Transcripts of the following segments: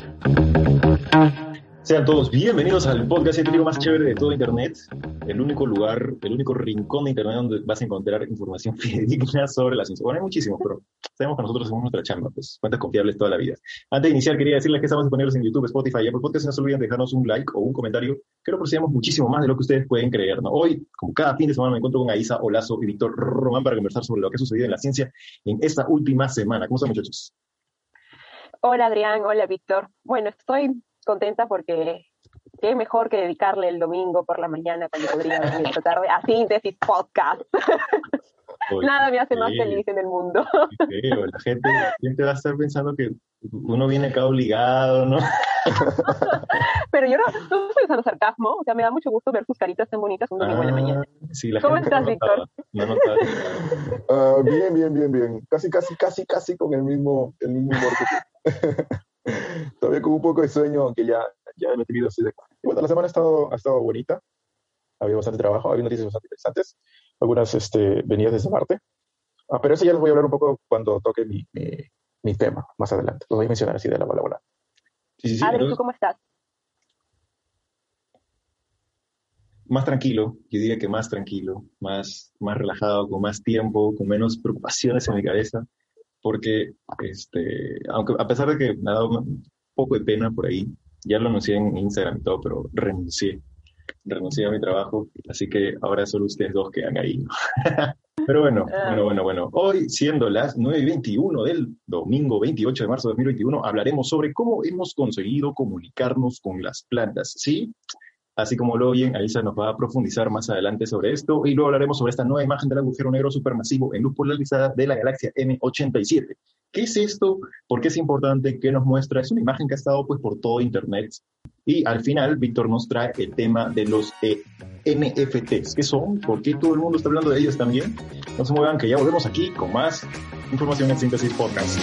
Sean todos bienvenidos al podcast científico más chévere de todo Internet, el único lugar, el único rincón de Internet donde vas a encontrar información fidedigna sobre la ciencia. Bueno, hay muchísimos, pero sabemos que nosotros hacemos nuestra chamba, pues fuentes confiables toda la vida. Antes de iniciar, quería decirles que estamos disponibles en YouTube, Spotify y Apple Podcasts. No se olviden de dejarnos un like o un comentario, que lo apreciamos muchísimo más de lo que ustedes pueden creer, ¿no? Hoy, como cada fin de semana, me encuentro con Aisa Olazo y Víctor Román para conversar sobre lo que ha sucedido en la ciencia en esta última semana. ¿Cómo están, muchachos? Hola, Adrián. Hola, Víctor. Bueno, estoy contenta porque qué mejor que dedicarle el domingo por la mañana cuando podría venir esta tarde a Síntesis Podcast. Oye, nada me hace más feliz en el mundo. La gente va a estar pensando que uno viene acá obligado, ¿no? Pero yo no estoy usando sarcasmo, o sea, me da mucho gusto ver sus caritas tan bonitas un domingo en la mañana. Sí, la ¿Cómo gente estás, no Víctor? Bien. Casi con el mismo humor que tú. Todavía con un poco de sueño, aunque ya lo he tenido así de... Y bueno, la semana ha estado bonita. Había bastante trabajo, había noticias bastante interesantes. Algunas venidas desde Marte. Pero eso ya les voy a hablar un poco cuando toque mi tema más adelante. Lo voy a mencionar así de la palabra. Sí. Adri, ¿tú cómo estás? Más tranquilo, yo diría que más tranquilo, más relajado, con más tiempo, con menos preocupaciones en mi cabeza, porque aunque a pesar de que me ha dado un poco de pena por ahí, ya lo anuncié en Instagram y todo, pero renuncié a mi trabajo, así que ahora solo ustedes dos quedan ahí, ¿no? Pero bueno. Hoy, siendo las 9:21 del domingo 28 de marzo de 2021, hablaremos sobre cómo hemos conseguido comunicarnos con las plantas, ¿sí? Así como lo oyen, Aisa nos va a profundizar más adelante sobre esto, y luego hablaremos sobre esta nueva imagen del agujero negro supermasivo en luz polarizada de la galaxia M87. ¿Qué es esto? ¿Por qué es importante? ¿Qué nos muestra? Es una imagen que ha estado pues por todo Internet. Y al final, Víctor nos trae el tema de los NFTs. ¿Qué son? ¿Por qué todo el mundo está hablando de ellos también? No se muevan, que ya volvemos aquí con más información en Síntesis Podcast.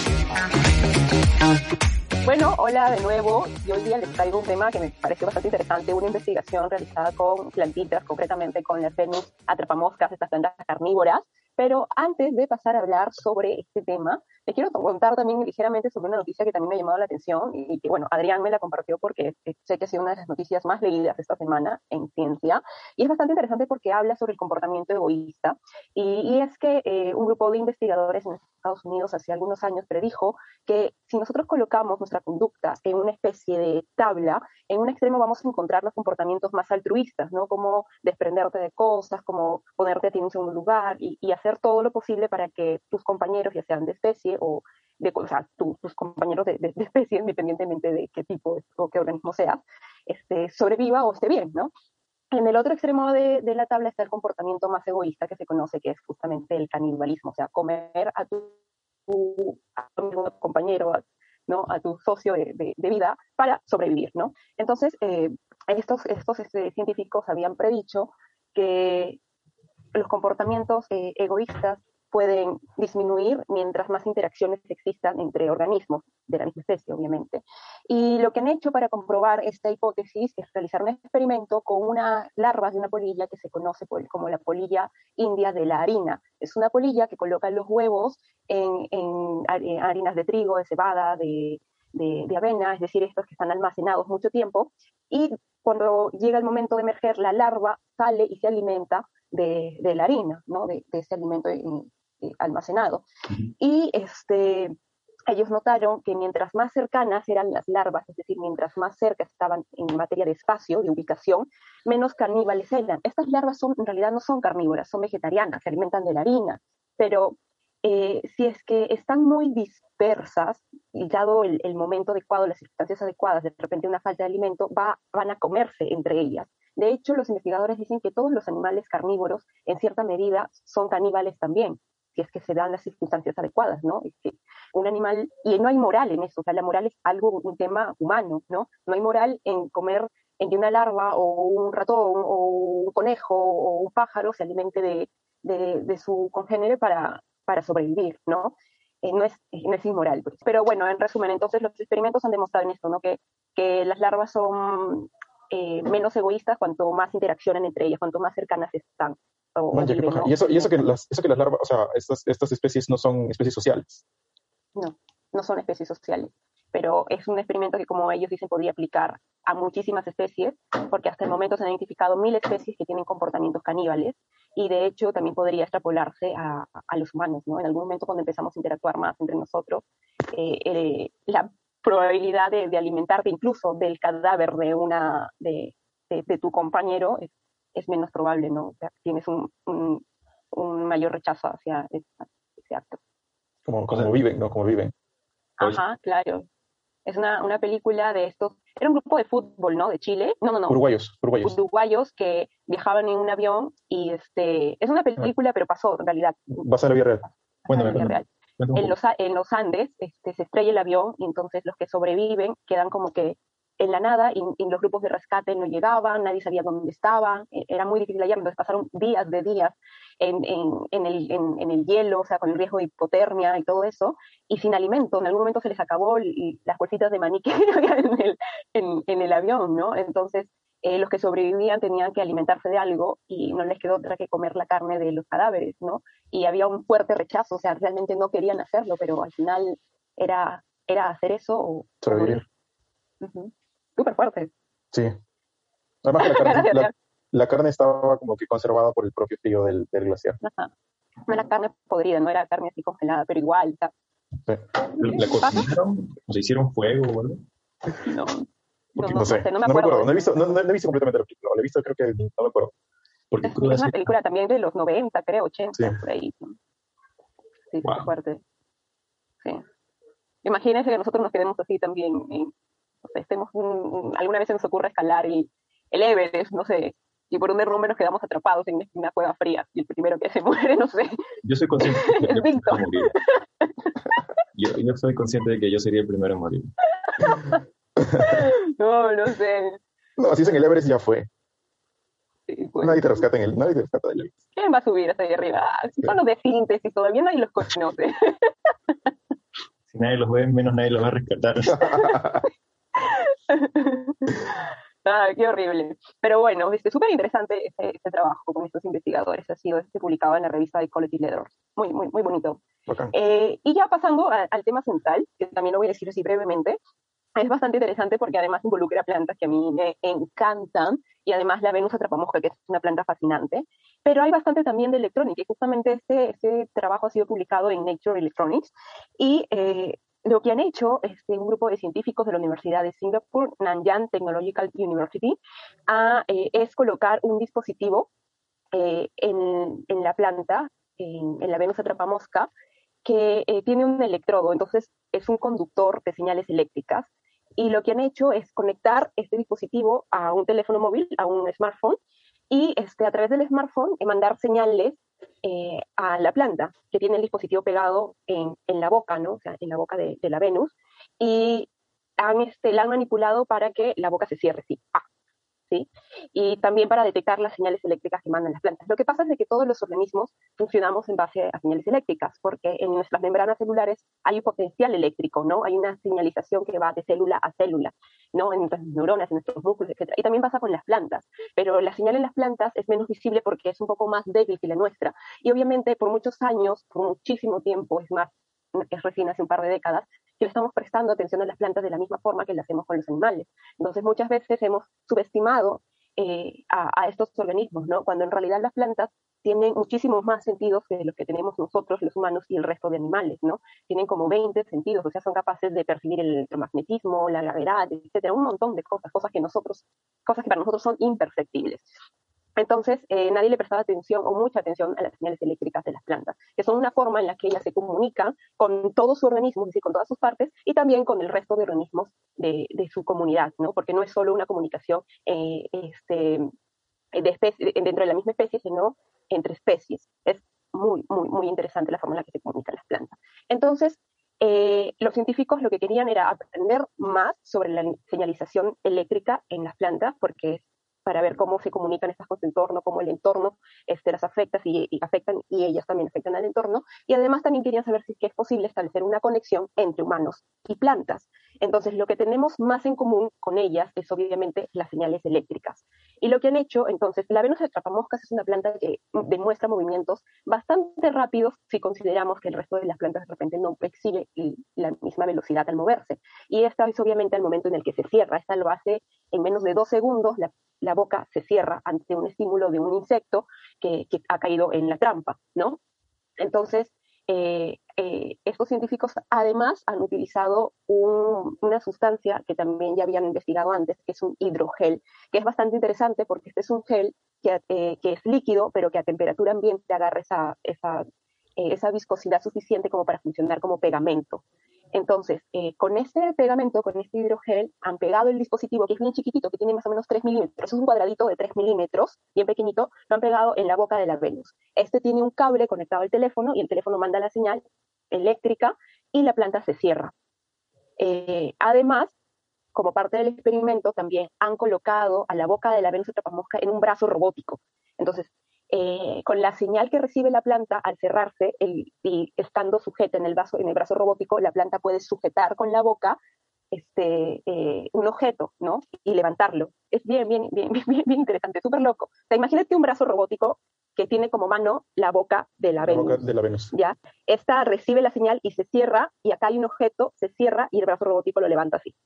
Bueno, hola de nuevo. Yo hoy día les traigo un tema que me pareció bastante interesante, una investigación realizada con plantitas, concretamente con las Venus atrapamoscas, estas plantas carnívoras. Pero antes de pasar a hablar sobre este tema, les quiero contar también ligeramente sobre una noticia que también me ha llamado la atención y que, bueno, Adrián me la compartió porque sé que ha sido una de las noticias más leídas esta semana en ciencia. Y es bastante interesante porque habla sobre el comportamiento egoísta. Y es que un grupo de investigadores en Estados Unidos hace algunos años predijo que si nosotros colocamos nuestra conducta en una especie de tabla, en un extremo vamos a encontrar los comportamientos más altruistas, ¿no? Como desprenderte de cosas, como ponerte a ti en segundo lugar y hacer todo lo posible para que tus compañeros, ya sean de especie o sea, tus compañeros de especie, independientemente de qué tipo o qué organismo seas, sobreviva o esté bien, ¿no? En el otro extremo de la tabla está el comportamiento más egoísta que se conoce, que es justamente el canibalismo, o sea, comer a tu compañero, ¿no? A tu socio de vida para sobrevivir, ¿no? Entonces, estos científicos habían predicho que los comportamientos egoístas pueden disminuir mientras más interacciones existan entre organismos de la misma especie, obviamente. Y lo que han hecho para comprobar esta hipótesis es realizar un experimento con unas larvas de una polilla que se conoce como la polilla india de la harina. Es una polilla que coloca los huevos en harinas de trigo, de cebada, de avena, es decir, estos que están almacenados mucho tiempo, y cuando llega el momento de emerger, la larva sale y se alimenta de la harina, ¿no? de ese alimento almacenado. Y ellos notaron que mientras más cercanas eran las larvas, es decir, mientras más cerca estaban en materia de espacio, de ubicación, menos caníbales eran. Estas larvas en realidad no son carnívoras, son vegetarianas, se alimentan de la harina, pero si es que están muy dispersas y dado el momento adecuado, las circunstancias adecuadas, de repente una falta de alimento, van a comerse entre ellas. De hecho, los investigadores dicen que todos los animales carnívoros, en cierta medida, son caníbales también, si es que se dan las circunstancias adecuadas, ¿no? Es que un animal, y no hay moral en eso, o sea, la moral es un tema humano, ¿no? No hay moral en comer en que una larva o un ratón o un conejo o un pájaro se alimente de su congénere para sobrevivir, ¿no? No es inmoral. Pues. Pero bueno, en resumen, entonces los experimentos han demostrado en esto, ¿no? Que las larvas son menos egoístas cuanto más interaccionan entre ellas, cuanto más cercanas están. Mancha, qué paja. ¿No? Y eso que las larvas, o sea, estas especies no son especies sociales. No son especies sociales. pero es un experimento que, como ellos dicen, podría aplicar a muchísimas especies, porque hasta el momento se han identificado 1000 especies que tienen comportamientos caníbales, y de hecho también podría extrapolarse a los humanos, ¿no? En algún momento, cuando empezamos a interactuar más entre nosotros, la probabilidad de alimentarte incluso del cadáver de tu compañero es menos probable, ¿no? O sea, tienes un mayor rechazo hacia ese acto. Como viven, ¿no? Como viven. Ajá, claro. Es una película de estos, era un grupo de fútbol, ¿no? De Chile, no, Uruguayos. uruguayos que viajaban en un avión y es una película, pero pasó en realidad. Vas a la vida real. Cuéntame, En la vida real. En los Andes se estrella el avión y entonces los que sobreviven quedan como que en la nada y los grupos de rescate no llegaban, nadie sabía dónde estaban, era muy difícil hallar, entonces pasaron días de días en el hielo, o sea, con el riesgo de hipotermia y todo eso, y sin alimento. En algún momento se les acabó las bolsitas de maní que había en el avión, ¿no? Entonces, los que sobrevivían tenían que alimentarse de algo y no les quedó otra que comer la carne de los cadáveres, ¿no? Y había un fuerte rechazo, o sea, realmente no querían hacerlo, pero al final era hacer eso o Sobrevivir. Uh-huh. Súper fuerte. Sí. Además que la carne estaba como que conservada por el propio frío del glaciar. Ajá. No era carne podrida, no era carne así congelada, pero igual. Sí. ¿La cocinaron? ¿O se hicieron fuego o algo? No. No sé, no me acuerdo. No he visto completamente la película. La he visto, creo que no me acuerdo. Porque es una película también de los 90, creo, 80, sí. Por ahí. Sí, wow. Súper fuerte. Sí. Imagínense que nosotros nos quedemos así también. No sé, alguna vez se nos ocurre escalar el Everest, no sé, y por un derrumbe nos quedamos atrapados en una cueva fría, y el primero que se muere, no sé. Yo soy consciente de que yo morir. Yo soy consciente de que yo sería el primero en morir. No sé. No, si es en el Everest ya fue. Sí, pues. Nadie te rescata del Everest. ¿Quién va a subir hasta ahí arriba? Si son los de síntesis, todavía nadie los conoce. Si nadie los ve, menos nadie los va a rescatar. Qué horrible. Pero bueno, súper interesante este trabajo con estos investigadores. Ha sido publicado en la revista Ecology Letters. Muy, muy, muy bonito. Y ya pasando al tema central, que también lo voy a decir así brevemente, es bastante interesante porque además involucra plantas que a mí me encantan, y además la Venus atrapamosca, que es una planta fascinante. Pero hay bastante también de electrónica, y justamente este trabajo ha sido publicado en Nature Electronics, y lo que han hecho un grupo de científicos de la Universidad de Singapur, Nanyang Technological University, es colocar un dispositivo en la planta, en la Venus atrapamosca, que tiene un electrodo, entonces es un conductor de señales eléctricas, y lo que han hecho es conectar este dispositivo a un teléfono móvil, a un smartphone, y a través del smartphone mandar señales a la planta, que tiene el dispositivo pegado en la boca, ¿no? O sea, en la boca de la Venus, y la han manipulado para que la boca se cierre, sí. ¿Sí? Y también para detectar las señales eléctricas que mandan las plantas. Lo que pasa es que todos los organismos funcionamos en base a señales eléctricas, porque en nuestras membranas celulares hay un potencial eléctrico, ¿no? Hay una señalización que va de célula a célula, ¿no? En nuestras neuronas, en nuestros músculos, etc. Y también pasa con las plantas, pero la señal en las plantas es menos visible porque es un poco más débil que la nuestra. Y obviamente por muchos años, por muchísimo tiempo, es recién hace un par de décadas, que le estamos prestando atención a las plantas de la misma forma que lo hacemos con los animales. Entonces muchas veces hemos subestimado a estos organismos, ¿no? Cuando en realidad las plantas tienen muchísimos más sentidos que los que tenemos nosotros, los humanos, y el resto de animales, ¿no? Tienen como 20 sentidos, o sea, son capaces de percibir el electromagnetismo, la gravedad, etcétera, un montón de cosas que para nosotros son imperceptibles. Entonces, nadie le prestaba atención o mucha atención a las señales eléctricas de las plantas, que son una forma en la que ellas se comunican con todo su organismo, es decir, con todas sus partes, y también con el resto de organismos de su comunidad, ¿no? Porque no es solo una comunicación dentro de la misma especie, sino entre especies. Es muy, muy, muy interesante la forma en la que se comunican las plantas. Entonces, los científicos lo que querían era aprender más sobre la señalización eléctrica en las plantas, porque para ver cómo se comunican estas con su entorno, cómo el entorno las afecta y afectan, y ellas también afectan al entorno. Y además también querían saber si es que es posible establecer una conexión entre humanos y plantas. Entonces, lo que tenemos más en común con ellas es obviamente las señales eléctricas. Y lo que han hecho, entonces, la Venus de atrapamoscas es una planta que demuestra movimientos bastante rápidos si consideramos que el resto de las plantas de repente no exhibe la misma velocidad al moverse. Y esta es obviamente al momento en el que se cierra. Esta lo hace en menos de 2 segundos, la boca se cierra ante un estímulo de un insecto que ha caído en la trampa, ¿no? Entonces, estos científicos además han utilizado una sustancia que también ya habían investigado antes, que es un hidrogel, que es bastante interesante porque este es un gel que es líquido, pero que a temperatura ambiente agarra esa viscosidad suficiente como para funcionar como pegamento. Entonces, con este pegamento, con este hidrogel, han pegado el dispositivo, que es bien chiquitito, que tiene más o menos 3 milímetros, es un cuadradito de 3 milímetros, bien pequeñito, lo han pegado en la boca de la Venus. Este tiene un cable conectado al teléfono y el teléfono manda la señal eléctrica y la planta se cierra. Además, como parte del experimento, también han colocado a la boca de la Venus atrapamosca en un brazo robótico. Entonces, con la señal que recibe la planta al cerrarse y estando sujeta en el brazo robótico, la planta puede sujetar con la boca un objeto, ¿no? Y levantarlo. Es bien interesante, súper loco. O sea, imagínate un brazo robótico que tiene como mano la boca de la Venus. Boca de la Venus. ¿Ya? Esta recibe la señal y se cierra, y acá hay un objeto, se cierra y el brazo robótico lo levanta así.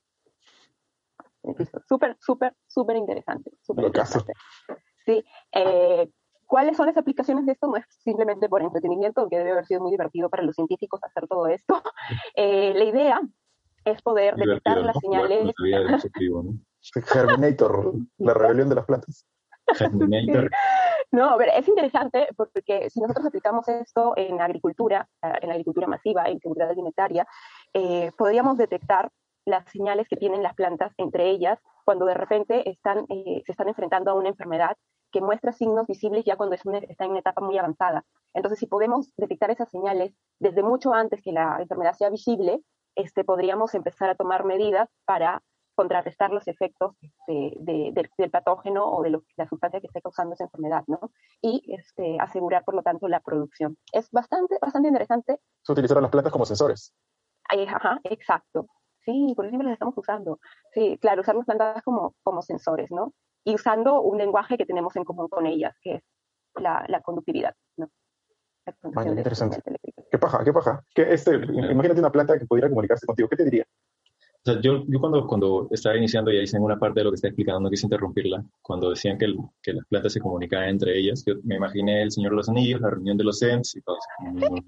Súper interesante. Sí. ¿Cuáles son las aplicaciones de esto? No es simplemente por entretenimiento, aunque debe haber sido muy divertido para los científicos hacer todo esto. La idea es poder detectar las señales. Germinator, la rebelión de las plantas. Germinator. No, a ver, es interesante porque si nosotros aplicamos esto en agricultura masiva, en seguridad alimentaria, podríamos detectar las señales que tienen las plantas entre ellas cuando de repente se están enfrentando a una enfermedad que muestra signos visibles ya cuando está en una etapa muy avanzada. Entonces, si podemos detectar esas señales desde mucho antes que la enfermedad sea visible, podríamos empezar a tomar medidas para contrarrestar los efectos del patógeno o de la sustancia que esté causando esa enfermedad, ¿no? Y asegurar, por lo tanto, la producción. Es bastante interesante. Se utilizaron las plantas como sensores. Ajá, exacto. Sí, por eso siempre las estamos usando. Sí, claro, usar las plantas como sensores, ¿no? Y usando un lenguaje que tenemos en común con ellas, que es la conductividad, ¿no? Vaya, interesante. ¿Qué paja? Imagínate una planta que pudiera comunicarse contigo. ¿Qué te diría? O sea, yo cuando estaba iniciando, ya hice en una parte de lo que está explicando, no quise interrumpirla, cuando decían que las plantas se comunicaban entre ellas, yo me imaginé El Señor de los Anillos, la reunión de los Ents y todo eso.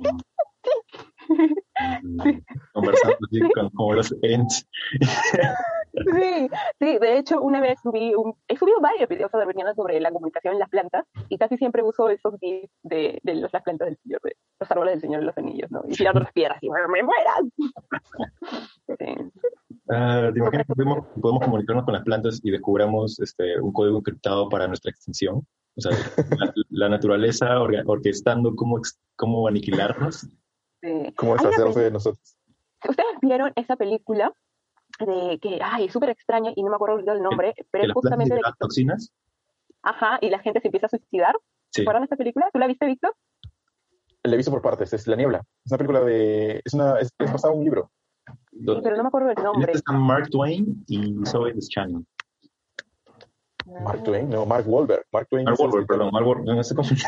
Conversando así como los Ents. Sí, de hecho, una vez he subido varios videos sobre la comunicación en las plantas, y casi siempre uso esos GIFs de las plantas del Señor, de los árboles del Señor de los Anillos, ¿no? Y tirando las piedras, y ¡me mueran! Sí. ¿Te imaginas que podemos comunicarnos con las plantas y descubramos un código encriptado para nuestra extinción? O sea, la naturaleza orquestando cómo aniquilarnos. Sí. ¿Cómo deshacerse de nosotros? ¿Ustedes vieron esa película de que, es súper extraña y no me acuerdo el nombre, pero es justamente de toxinas? Ajá, y la gente se empieza a suicidar? Sí. ¿Se acuerdan de esta película? ¿Tú la viste, Víctor? La he visto por partes, es La Niebla. Es una película es basada en un libro. Sí, pero no me acuerdo el nombre. Están Mark Twain y Zoe Deschanel. Mark Twain, no, Mark Wahlberg. Mark Wahlberg, no sé cómo.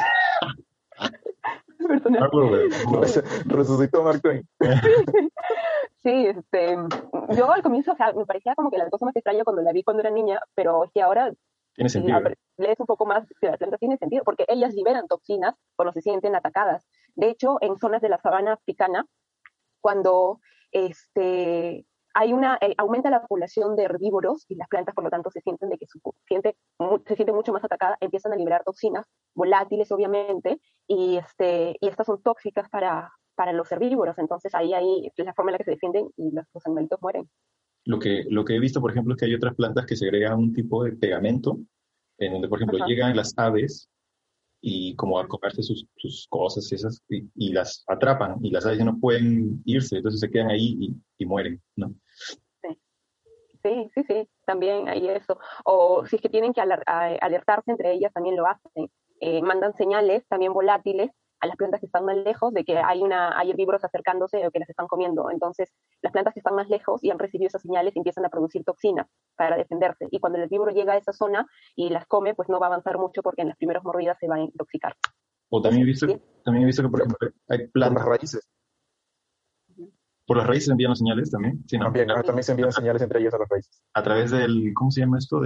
Mark Wahlberg. Resucitó Mark Twain. Sí, yo al comienzo, o sea, me parecía como que la cosa más extraña cuando la vi cuando era niña, pero es que ahora tiene sentido. Lees un poco más que la planta tiene sentido, porque ellas liberan toxinas cuando se sienten atacadas. De hecho, en zonas de la sabana africana, cuando aumenta la población de herbívoros y las plantas, por lo tanto, se sienten se siente mucho más atacada, empiezan a liberar toxinas volátiles, obviamente, y estas son tóxicas para los herbívoros. Entonces ahí es la forma en la que se defienden y los animalitos mueren. Lo que he visto, por ejemplo, es que hay otras plantas que segregan un tipo de pegamento en donde, por ejemplo, llegan las aves y como a comerse sus cosas esas, y las atrapan, y las aves ya no pueden irse, entonces se quedan ahí y mueren, ¿no? Sí. sí, también hay eso. O si es que tienen que alertarse entre ellas, también lo hacen. Mandan señales también volátiles a las plantas que están más lejos de que hay herbívoros acercándose o que las están comiendo. Entonces, las plantas que están más lejos y han recibido esas señales empiezan a producir toxinas para defenderse. Y cuando el herbívoro llega a esa zona y las come, pues no va a avanzar mucho porque en las primeras mordidas se va a intoxicar. O también he visto que, por ejemplo, hay Por plantas. las raíces. Por las raíces envían las señales también. Sí, ¿no? También se envían señales entre ellas a las raíces. A través del, ¿cómo se llama esto?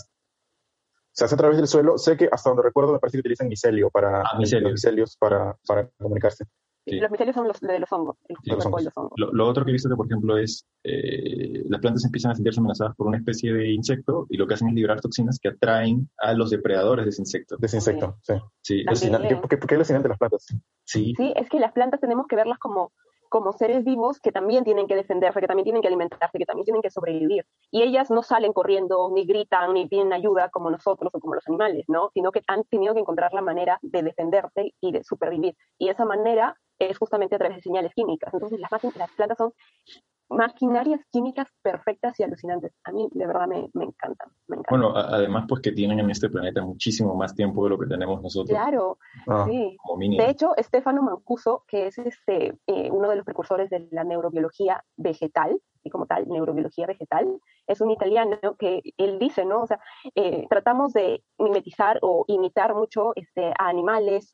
Se hace a través del suelo. Sé que hasta donde recuerdo me parece que utilizan micelios. los micelios para comunicarse. Sí. Los micelios son los de los hongos. Los hongos. Lo otro que he visto que, por ejemplo, es las plantas empiezan a sentirse amenazadas por una especie de insecto y lo que hacen es liberar toxinas que atraen a los depredadores de ese insecto. De ese insecto, sí. Sí, ¿Por qué es alucinante las plantas? Sí. Sí, es que las plantas tenemos que verlas como seres vivos que también tienen que defenderse, que también tienen que alimentarse, que también tienen que sobrevivir. Y ellas no salen corriendo, ni gritan, ni piden ayuda como nosotros o como los animales, ¿no? Sino que han tenido que encontrar la manera de defenderse y de supervivir. Y esa manera es justamente a través de señales químicas. Entonces las plantas son maquinarias químicas perfectas y alucinantes. A mí de verdad me encantan. Bueno, además pues que tienen en este planeta muchísimo más tiempo de lo que tenemos nosotros. Claro, sí. Como mínimo. De hecho, Stefano Mancuso, que es uno de los precursores de la neurobiología vegetal, y como tal, neurobiología vegetal, es un italiano que él dice, ¿no? O sea, tratamos de mimetizar o imitar mucho a animales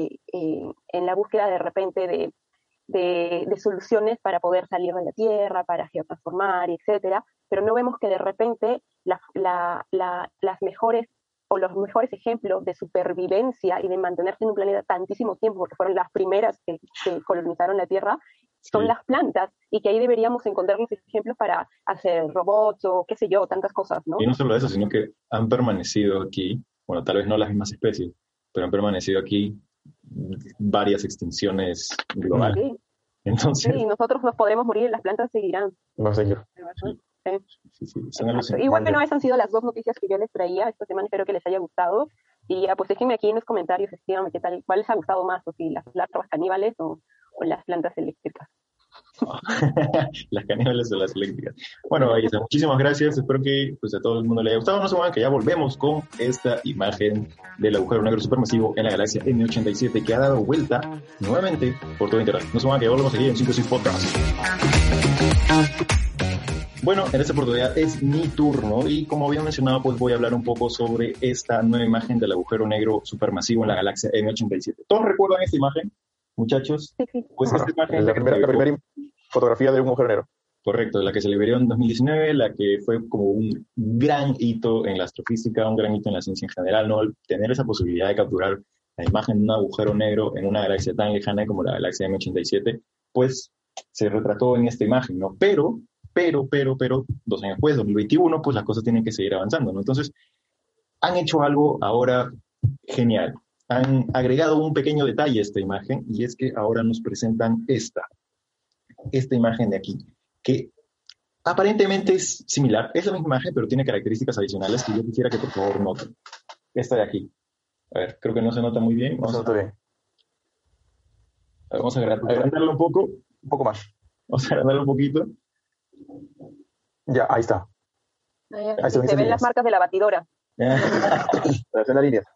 en la búsqueda de repente de soluciones para poder salir de la tierra, para geotransformar, etcétera, pero no vemos que de repente las mejores o los mejores ejemplos de supervivencia y de mantenerse en un planeta tantísimo tiempo, porque fueron las primeras que colonizaron la Tierra, son las plantas, y que ahí deberíamos encontrar los ejemplos para hacer robots o qué sé yo, tantas cosas, ¿no? Y no solo eso, sino que han permanecido aquí, bueno, tal vez no las mismas especies, pero han permanecido aquí varias extinciones globales. Sí. Entonces, sí, nosotros nos podremos morir y las plantas seguirán. No, señor. Sí, son alucinantes. Y bueno, esas han sido las dos noticias que yo les traía esta semana, espero que les haya gustado. Y pues déjenme aquí en los comentarios, escríbanme qué tal, cuál les ha gustado más, o si las larvas caníbales o las plantas eléctricas. Las caníbales o las eléctricas. Bueno, ahí está. Muchísimas gracias. Espero que pues, a todo el mundo le haya gustado. No se muevan, que ya volvemos con esta imagen del agujero negro supermasivo en la galaxia M87 que ha dado vuelta nuevamente por todo Internet. No se muevan, que ya volvemos aquí en 5 Podcast. Bueno, en esta oportunidad es mi turno y como había mencionado, pues voy a hablar un poco sobre esta nueva imagen del agujero negro supermasivo en la galaxia M87. ¿Todos recuerdan esta imagen, muchachos? Sí. Pues esta imagen... La primera fotografía de un agujero negro. Correcto, la que se liberó en 2019, la que fue como un gran hito en la astrofísica, un gran hito en la ciencia en general, ¿no? El tener esa posibilidad de capturar la imagen de un agujero negro en una galaxia tan lejana como la galaxia M87, pues se retrató en esta imagen, ¿no? Pero 2 años después, 2021, pues las cosas tienen que seguir avanzando, ¿no? Entonces, han hecho algo ahora genial. Han agregado un pequeño detalle a esta imagen, y es que ahora nos presentan esta imagen de aquí, que aparentemente es similar, es la misma imagen, pero tiene características adicionales que yo quisiera que por favor noten. Esta de aquí. A ver, creo que no se nota muy bien. Vamos a agrandarlo un poco. Un poco más. Vamos a agrandarlo un poquito. Ya, ahí está. Ahí se ven las marcas de la batidora. Se ven las líneas.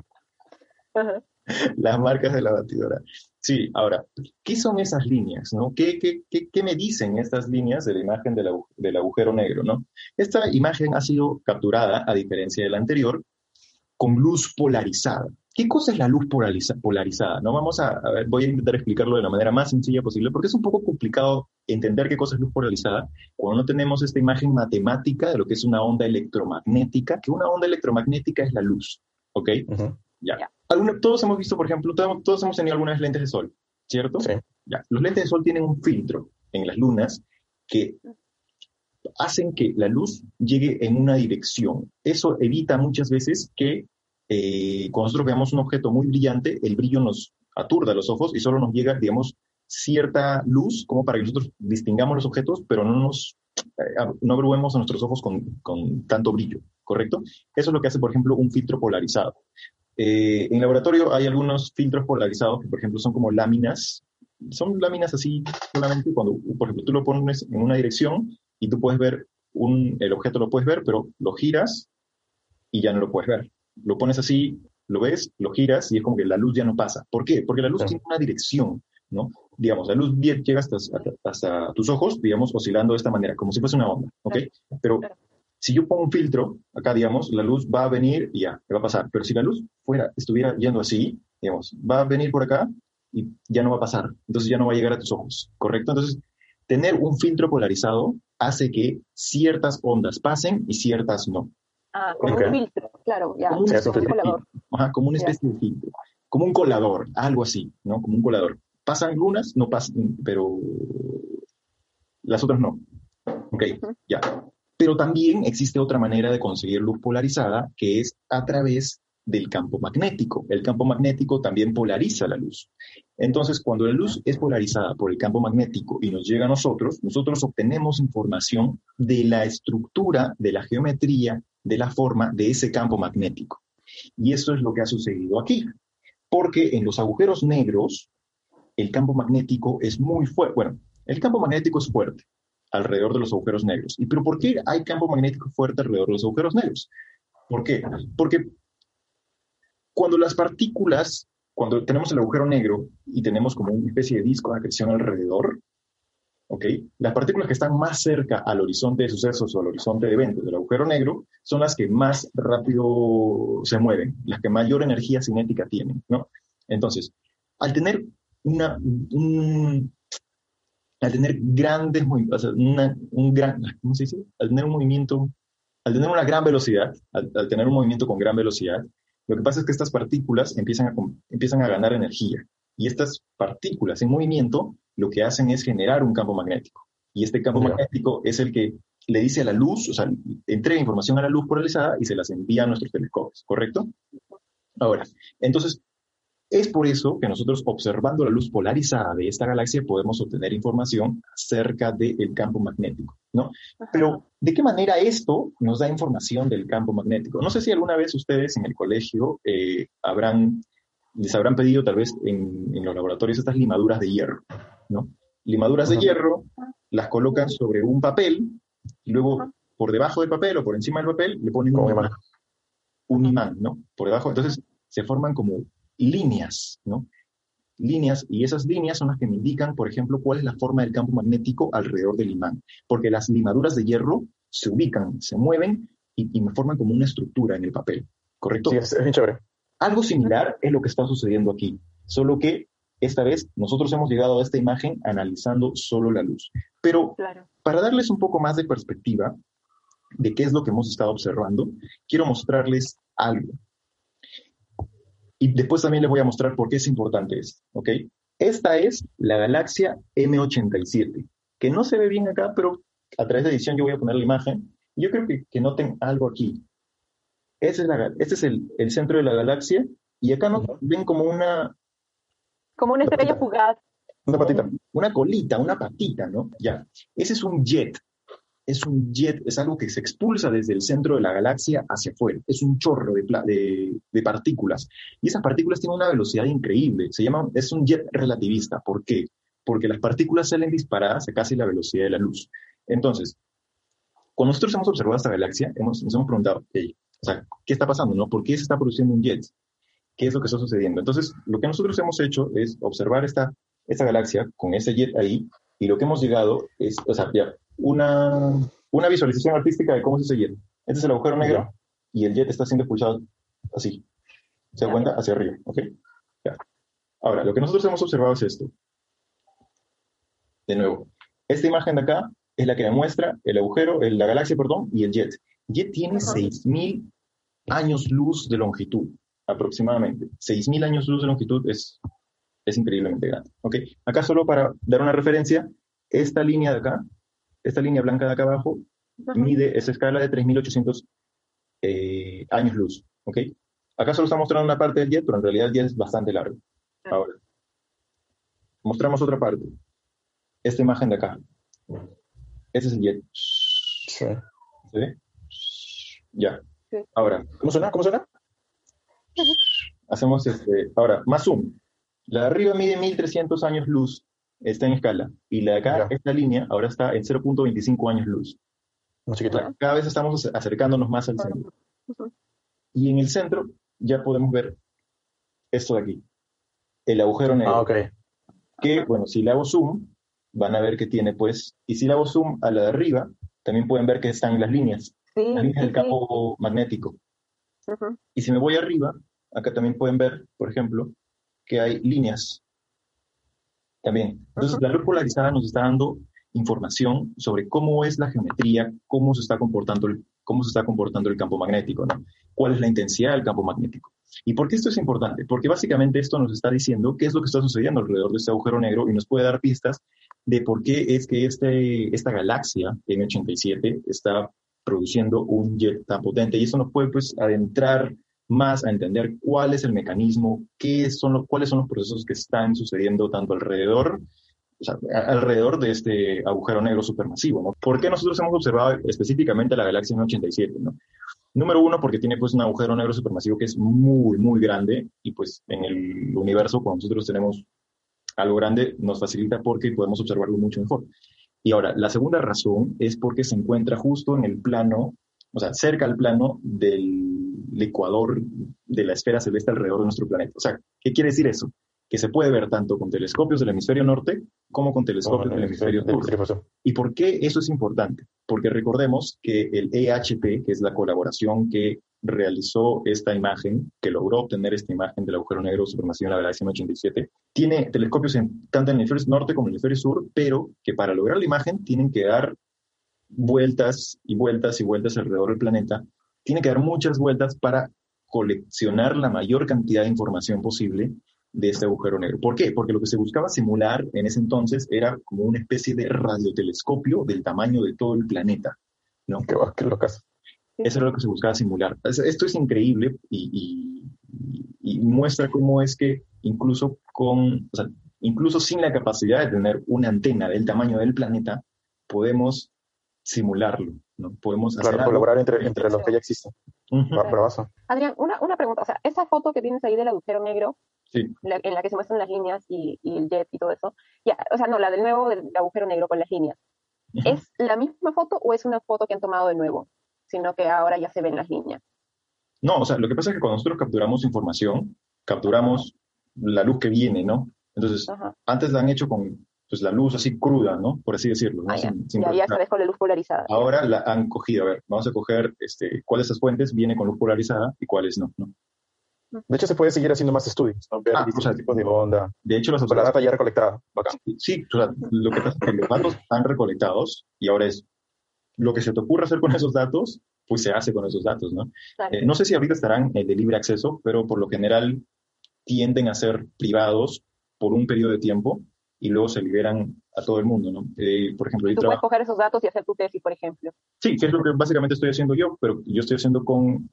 Las marcas de la batidora. Sí, ahora, ¿qué son esas líneas, no? ¿Qué me dicen estas líneas de la imagen del agujero negro, no? Esta imagen ha sido capturada, a diferencia de la anterior, con luz polarizada. ¿Qué cosa es la luz polarizada? ¿No? Vamos a ver, voy a intentar explicarlo de la manera más sencilla posible, porque es un poco complicado entender qué cosa es luz polarizada cuando no tenemos esta imagen matemática de lo que es una onda electromagnética, que una onda electromagnética es la luz, ¿ok? Uh-huh. Ya. Todos hemos visto, por ejemplo, todos hemos tenido algunas lentes de sol, ¿cierto? Sí. Ya. Los lentes de sol tienen un filtro en las lunas que hacen que la luz llegue en una dirección. Eso evita muchas veces que cuando nosotros veamos un objeto muy brillante, el brillo nos aturda los ojos y solo nos llega, digamos, cierta luz como para que nosotros distingamos los objetos, pero no abrumemos a nuestros ojos con tanto brillo, ¿correcto? Eso es lo que hace, por ejemplo, un filtro polarizado. En laboratorio hay algunos filtros polarizados que, por ejemplo, son como láminas. Son láminas así solamente cuando, por ejemplo, tú lo pones en una dirección y tú puedes ver el objeto lo puedes ver, pero lo giras y ya no lo puedes ver. Lo pones así, lo ves, lo giras y es como que la luz ya no pasa. ¿Por qué? Porque la luz tiene una dirección, ¿no? Digamos, la luz llega hasta tus ojos, digamos, oscilando de esta manera, como si fuese una onda, ¿ok? Pero si yo pongo un filtro, acá, digamos, la luz va a venir y ya, me va a pasar. Pero si la luz estuviera yendo así, digamos, va a venir por acá y ya no va a pasar. Entonces ya no va a llegar a tus ojos, ¿correcto? Entonces, tener un filtro polarizado hace que ciertas ondas pasen y ciertas no. Como un filtro, claro, ya. Como un colador. Ajá, como una especie de filtro. Como un colador, algo así, ¿no? Como un colador. Pasan algunas, no pasan, pero las otras no. Ok, ya. Pero también existe otra manera de conseguir luz polarizada, que es a través del campo magnético. El campo magnético también polariza la luz. Entonces, cuando la luz es polarizada por el campo magnético y nos llega a nosotros obtenemos información de la estructura, de la geometría, de la forma de ese campo magnético. Y eso es lo que ha sucedido aquí. Porque en los agujeros negros, el campo magnético es muy fuerte. Bueno, el campo magnético es fuerte alrededor de los agujeros negros. ¿Pero por qué hay campo magnético fuerte alrededor de los agujeros negros? ¿Por qué? Porque cuando las partículas, cuando tenemos el agujero negro y tenemos como una especie de disco de acreción alrededor, ¿ok? Las partículas que están más cerca al horizonte de sucesos o al horizonte de eventos del agujero negro son las que más rápido se mueven, las que mayor energía cinética tienen, ¿no? Entonces, al tener al tener grandes movimientos, o sea, ¿cómo se dice? Al tener un movimiento, al tener una gran velocidad, al tener un movimiento con gran velocidad, lo que pasa es que estas partículas empiezan a ganar energía. Y estas partículas en movimiento lo que hacen es generar un campo magnético. Y este campo magnético es el que le dice a la luz, o sea, entrega información a la luz polarizada y se las envía a nuestros telescopios, ¿correcto? Ahora, entonces, es por eso que nosotros, observando la luz polarizada de esta galaxia, podemos obtener información acerca del campo magnético, ¿no? Pero, ¿de qué manera esto nos da información del campo magnético? No sé si alguna vez ustedes en el colegio les habrán pedido tal vez en los laboratorios estas limaduras de hierro, ¿no? Limaduras de hierro, las colocan sobre un papel y luego por debajo del papel o por encima del papel le ponen un imán, ¿no? Por debajo, entonces se forman como líneas, ¿no? Líneas, y esas líneas son las que me indican, por ejemplo, cuál es la forma del campo magnético alrededor del imán, porque las limaduras de hierro se ubican, se mueven y me forman como una estructura en el papel, ¿correcto? Sí, es bien chévere. Algo similar es lo que está sucediendo aquí, solo que esta vez nosotros hemos llegado a esta imagen analizando solo la luz. Pero para darles un poco más de perspectiva de qué es lo que hemos estado observando, quiero mostrarles algo. Y después también les voy a mostrar por qué es importante esto, ¿ok? Esta es la galaxia M87, que no se ve bien acá, pero a través de edición yo voy a poner la imagen. Yo creo que noten algo aquí. Este es el centro de la galaxia, y acá nos ven como una... Como una estrella fugaz. Una patita. Una colita, una patita, ¿no? Ya. Ese es un jet. Es un jet, es algo que se expulsa desde el centro de la galaxia hacia afuera. Es un chorro de partículas. Y esas partículas tienen una velocidad increíble. Es un jet relativista. ¿Por qué? Porque las partículas salen disparadas a casi la velocidad de la luz. Entonces, cuando nosotros hemos observado esta galaxia, nos hemos preguntado, ¿qué está pasando, no? ¿Por qué se está produciendo un jet? ¿Qué es lo que está sucediendo? Entonces, lo que nosotros hemos hecho es observar esta galaxia con ese jet ahí, y lo que hemos llegado es, una visualización artística de cómo es ese jet. Este es el agujero negro y el jet está siendo expulsado así. ¿Se da cuenta? Hacia arriba, ¿ok? Ya. Ahora, lo que nosotros hemos observado es esto. De nuevo, esta imagen de acá es la que demuestra el agujero, la galaxia, perdón, y el jet. El jet tiene 6.000 años luz de longitud, aproximadamente. 6.000 años luz de longitud es increíblemente grande. ¿Ok? Acá solo para dar una referencia, esta línea de acá, esta línea blanca de acá abajo, mide esa escala de 3.800 años luz. ¿Ok? Acá solo está mostrando una parte del jet, pero en realidad el jet es bastante largo. Ahora, mostramos otra parte. Esta imagen de acá. Este es el jet. Sí. ¿Se ve? Ya. Sí. Ahora, ¿Cómo suena? ¿Cómo suena? Hacemos ahora, más zoom. La de arriba mide 1.300 años luz, está en escala. Y la de acá, esta línea, ahora está en 0.25 años luz. Muy chiquito. Cada vez estamos acercándonos más al centro. Ujú. Y en el centro ya podemos ver esto de aquí, el agujero negro. Ok. Que, bueno, si le hago zoom, van a ver que tiene, pues, y si le hago zoom a la de arriba, también pueden ver que están las líneas Sí, del sí, sí. campo magnético. Ujú. Y si me voy arriba, acá también pueden ver, por ejemplo, que hay líneas también. Entonces, Ujú. la luz polarizada nos está dando información sobre cómo es la geometría, cómo se está comportando el campo magnético, ¿no? ¿Cuál es la intensidad del campo magnético? ¿Y por qué esto es importante? Porque básicamente esto nos está diciendo qué es lo que está sucediendo alrededor de este agujero negro y nos puede dar pistas de por qué es que esta galaxia M87 está produciendo un jet tan potente. Y eso nos puede, pues, adentrar más a entender cuál es el mecanismo, cuáles son los procesos que están sucediendo tanto alrededor, o sea, alrededor de este agujero negro supermasivo, ¿no? ¿Por qué nosotros hemos observado específicamente la galaxia M87, ¿no? Número uno, porque tiene pues un agujero negro supermasivo que es muy, muy grande y pues en el universo, cuando nosotros tenemos algo grande, nos facilita porque podemos observarlo mucho mejor. Y ahora, la segunda razón es porque se encuentra justo en el plano, o sea, cerca al plano del ecuador de la esfera celeste alrededor de nuestro planeta. O sea, ¿qué quiere decir eso? Que se puede ver tanto con telescopios del hemisferio norte como con telescopios del hemisferio sur. ¿Y por qué eso es importante? Porque recordemos que el EHP, que es la colaboración que realizó esta imagen, que logró obtener esta imagen del agujero negro supermasivo en la galaxia M87, tiene telescopios tanto en el hemisferio norte como en el hemisferio sur, pero que para lograr la imagen tienen que dar vueltas y vueltas y vueltas alrededor del planeta. Tienen que dar muchas vueltas para coleccionar la mayor cantidad de información posible de este agujero negro. ¿Por qué? Porque lo que se buscaba simular en ese entonces era como una especie de radiotelescopio del tamaño de todo el planeta, ¿no? Qué locas. Eso era lo que se buscaba simular. Esto es increíble y muestra cómo es que incluso sin la capacidad de tener una antena del tamaño del planeta, podemos simularlo, ¿no? Podemos hacer algo. Colaborar entre los que ya existen. Bravazo. Adrián, una pregunta. O sea, esa foto que tienes ahí del agujero negro, sí, en la que se muestran las líneas y el jet y todo eso, ya, o sea, no, la del nuevo del agujero negro con las líneas, ¿es la misma foto o es una foto que han tomado de nuevo? Sino que ahora ya se ven las líneas. No, o sea, lo que pasa es que cuando nosotros capturamos información, capturamos la luz que viene, ¿no? Entonces, antes la han hecho con pues, la luz así cruda, ¿no? Por así decirlo, ¿no? Ya esta vez con la luz polarizada. Ahora la han cogido, a ver, vamos a coger cuáles de esas fuentes vienen con luz polarizada y cuáles no, ¿no? De hecho, se puede seguir haciendo más estudios, ¿no? Ver distintos tipos de onda. De hecho, con la data ya recolectada. Bacán. Sí, o sea, lo que pasa es que los datos están recolectados y ahora es lo que se te ocurra hacer con esos datos, pues se hace con esos datos, ¿no? Claro. No sé si ahorita estarán de libre acceso, pero por lo general tienden a ser privados por un periodo de tiempo y luego se liberan a todo el mundo, ¿no? Por ejemplo, tú puedes coger esos datos y hacer tu tesis, por ejemplo. Sí, que es lo que básicamente estoy haciendo yo, pero yo estoy haciendo con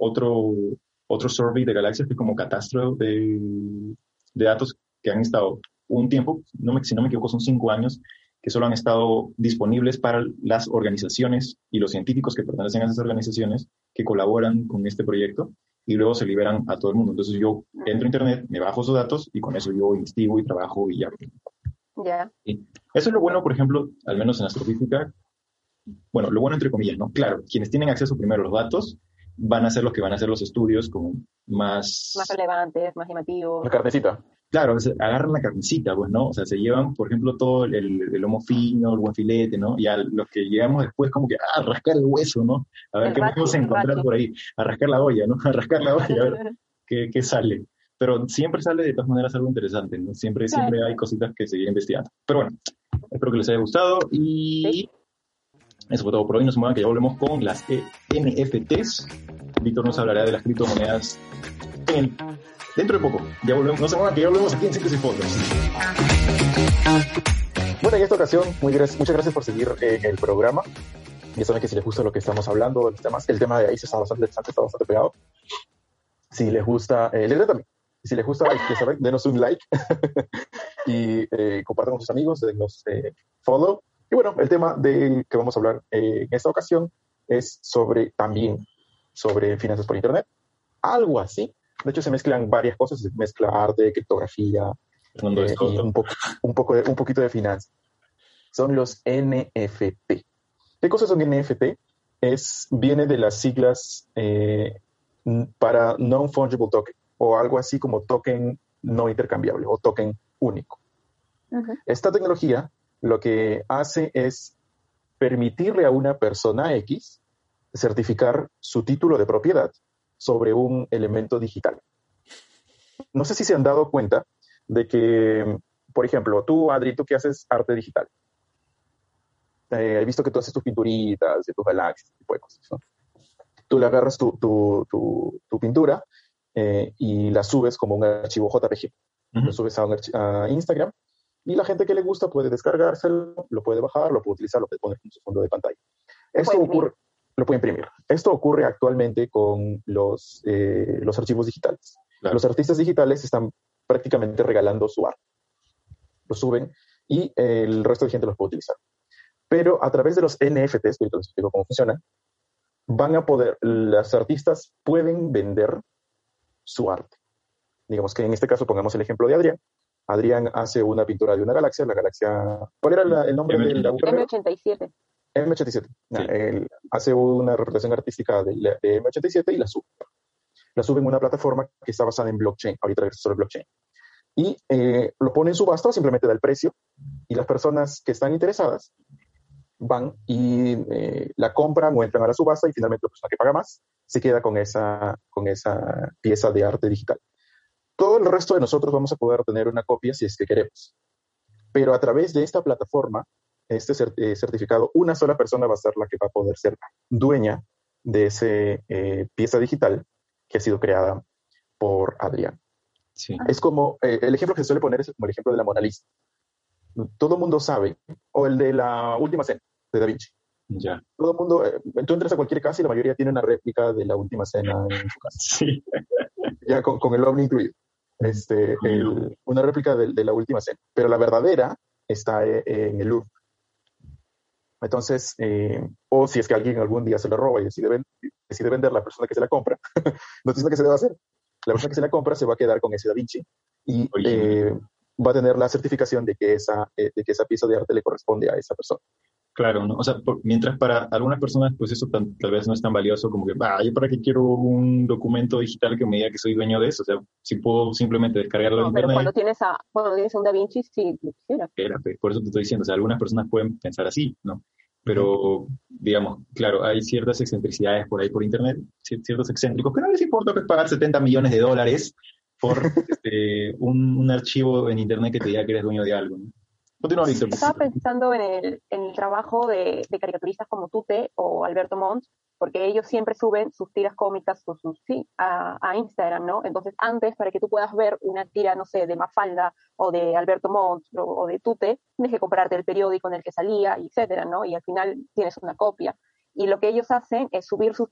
otro survey de galaxias que es como catastro de datos que han estado un tiempo, si no me equivoco, son 5 años, que solo han estado disponibles para las organizaciones y los científicos que pertenecen a esas organizaciones que colaboran con este proyecto y luego se liberan a todo el mundo. Entonces yo entro a internet, me bajo esos datos y con eso yo investigo y trabajo y ya. Ya. Sí. Eso es lo bueno, por ejemplo, al menos en astrofísica. Bueno, lo bueno entre comillas, ¿no? Claro, quienes tienen acceso primero a los datos van a ser los que van a hacer los estudios como más relevantes, más llamativos. La carnecita. Claro, agarran la carnecita, pues, ¿no? O sea, se llevan, por ejemplo, todo el lomo fino, el buen filete, ¿no? Y a los que llegamos después como que, a rascar el hueso, ¿no? A ver qué podemos encontrar por ahí, a rascar la olla, ¿no? A rascar la olla, a ver qué sale. Pero siempre sale de todas maneras algo interesante, ¿no? Siempre hay cositas que seguir investigando. Pero bueno, espero que les haya gustado y eso fue todo por hoy. No se muevan que ya volvemos con las NFTs. Víctor nos hablará de las criptomonedas dentro de poco. Ya volvemos, no se muevan que ya volvemos aquí en Ciencias y Fotos. Bueno, en esta ocasión, muchas gracias por seguir el programa. Ya saben que si les gusta lo que estamos hablando, el tema de ahí está bastante interesante, está bastante pegado. Si les gusta, también. Si les gusta, ya saben, denos un like y compartan con sus amigos, denos follow. Y bueno, el tema del que vamos a hablar en esta ocasión es sobre finanzas por internet. Algo así. De hecho, se mezclan varias cosas, se mezcla arte, criptografía y un poquito de finanzas. Son los NFT. ¿Qué cosas son NFT? viene de las siglas para Non-Fungible Token, o algo así como token no intercambiable o token único. Ujú. Esta tecnología lo que hace es permitirle a una persona X certificar su título de propiedad sobre un elemento digital. No sé si se han dado cuenta de que, por ejemplo, tú, Adri, tú que haces arte digital, he visto que tú haces tus pinturitas, de tus galaxias, tipo de cosas, ¿no? Tú le agarras tu pintura y la subes como un archivo JPG. Lo subes a Instagram y la gente que le gusta puede descargárselo, lo puede bajar, lo puede utilizar, lo puede poner en su fondo de pantalla. Esto ocurre, lo puede imprimir. Esto ocurre actualmente con los archivos digitales. Claro. Los artistas digitales están prácticamente regalando su arte. Lo suben y el resto de gente los puede utilizar. Pero a través de los NFTs, que ahorita les explico cómo funcionan, los artistas pueden vender su arte. Digamos que en este caso pongamos el ejemplo de Adrián. Adrián hace una pintura de una galaxia, la galaxia... ¿Cuál era el nombre del agujero? M87. M87. Sí. Él hace una representación artística de M87 y la sube. La sube en una plataforma que está basada en blockchain. Ahorita regreso sobre blockchain. Y lo pone en subasta, simplemente da el precio, y las personas que están interesadas van y la compran o entran a la subasta y finalmente la persona que paga más se queda con esa pieza de arte digital. Todo el resto de nosotros vamos a poder tener una copia si es que queremos. Pero a través de esta plataforma, este certificado, una sola persona va a ser la que va a poder ser dueña de esa pieza digital que ha sido creada por Adrián. Sí. Es como, el ejemplo que se suele poner es como el ejemplo de la Mona Lisa. Todo el mundo sabe, o el de la Última Cena, de Da Vinci. Ya. Todo el mundo, tú entras a cualquier casa y la mayoría tiene una réplica de la Última Cena en su casa. Sí. Ya con el ovni incluido. Una réplica de la Última Cena. Pero la verdadera está en el Louvre. Entonces, o si es que alguien algún día se la roba y decide vender, la persona que se la compra, no sé qué se debe hacer. La persona que se la compra se va a quedar con ese Da Vinci y va a tener la certificación de que esa pieza de arte le corresponde a esa persona. Claro, ¿no? O sea, mientras para algunas personas, pues eso tal vez no es tan valioso como que, ¿yo para qué quiero un documento digital que me diga que soy dueño de eso? O sea, si puedo simplemente descargarlo en Pero internet. cuando tienes un Da Vinci, sí, lo quisiera. Por eso te estoy diciendo, o sea, algunas personas pueden pensar así, ¿no? Pero, digamos, claro, hay ciertas excentricidades por ahí por internet, ciertos excéntricos, que no les importa pues, pagar $70 millones por un archivo en internet que te diga que eres dueño de algo, ¿no? Continúa, Víctor. Estaba pensando en el trabajo de caricaturistas como Tute o Alberto Montt, porque ellos siempre suben sus tiras cómicas a Instagram, ¿no? Entonces, antes, para que tú puedas ver una tira, no sé, de Mafalda o de Alberto Montt o de Tute, tienes que comprarte el periódico en el que salía, etcétera, ¿no? Y al final tienes una copia. Y lo que ellos hacen es subir sus